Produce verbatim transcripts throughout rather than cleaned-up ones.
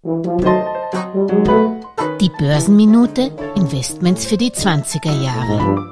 Die Börsenminute, Investments für die zwanziger Jahre.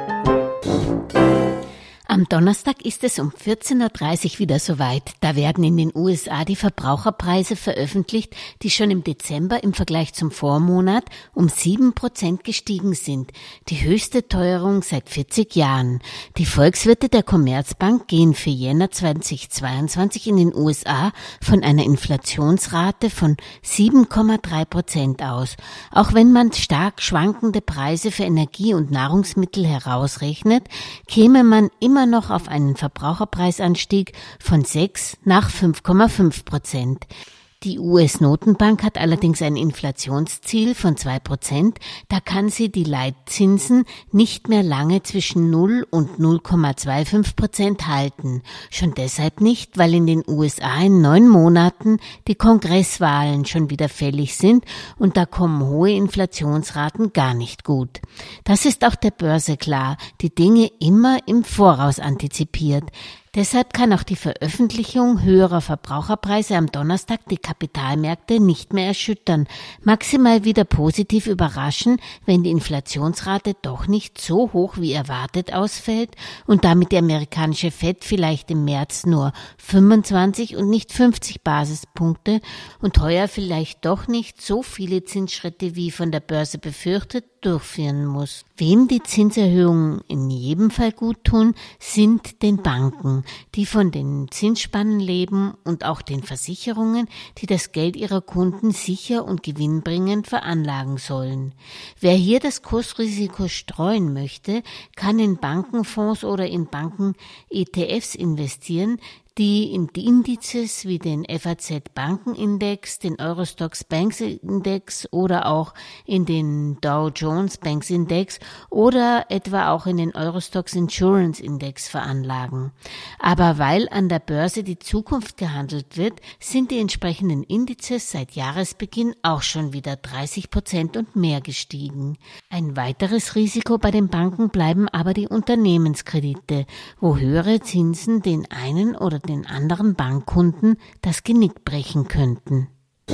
Am Donnerstag ist es um vierzehn Uhr dreißig wieder soweit. Da werden in den U S A die Verbraucherpreise veröffentlicht, die schon im Dezember im Vergleich zum Vormonat um sieben Prozent gestiegen sind. Die höchste Teuerung seit vierzig Jahren. Die Volkswirte der Commerzbank gehen für Jänner zweitausendzweiundzwanzig in den U S A von einer Inflationsrate von sieben Komma drei Prozent aus. Auch wenn man stark schwankende Preise für Energie und Nahrungsmittel herausrechnet, käme man immer noch auf einen Verbraucherpreisanstieg von sechs nach fünf Komma fünf Prozent. Die U S-Notenbank hat allerdings ein Inflationsziel von zwei Prozent. Da kann sie die Leitzinsen nicht mehr lange zwischen null und null Komma fünfundzwanzig Prozent halten. Schon deshalb nicht, weil in den U S A in neun Monaten die Kongresswahlen schon wieder fällig sind und da kommen hohe Inflationsraten gar nicht gut. Das ist auch der Börse klar, die Dinge immer im Voraus antizipiert. Deshalb kann auch die Veröffentlichung höherer Verbraucherpreise am Donnerstag die Kapitalmärkte nicht mehr erschüttern, maximal wieder positiv überraschen, wenn die Inflationsrate doch nicht so hoch wie erwartet ausfällt und damit die amerikanische Fed vielleicht im März nur fünfundzwanzig und nicht fünfzig Basispunkte und heuer vielleicht doch nicht so viele Zinsschritte wie von der Börse befürchtet durchführen muss. Wem die Zinserhöhungen in jedem Fall gut tun, sind den Banken, die von den Zinsspannen leben und auch den Versicherungen, die das Geld ihrer Kunden sicher und gewinnbringend veranlagen sollen. Wer hier das Kursrisiko streuen möchte, kann in Bankenfonds oder in Banken-E T Fs investieren, die in die Indizes wie den F A Z-Bankenindex, den Eurostoxx Banks Index oder auch in den Dow Jones Banks Index oder etwa auch in den Eurostoxx Insurance Index veranlagen. Aber weil an der Börse die Zukunft gehandelt wird, sind die entsprechenden Indizes seit Jahresbeginn auch schon wieder dreißig Prozent und mehr gestiegen. Ein weiteres Risiko bei den Banken bleiben aber die Unternehmenskredite, wo höhere Zinsen den einen oder den anderen Bankkunden das Genick brechen könnten.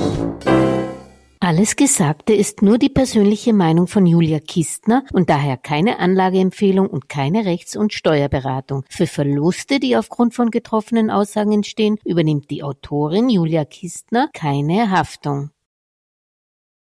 Alles Gesagte ist nur die persönliche Meinung von Julia Kistner und daher keine Anlageempfehlung und keine Rechts- und Steuerberatung. Für Verluste, die aufgrund von getroffenen Aussagen entstehen, übernimmt die Autorin Julia Kistner keine Haftung.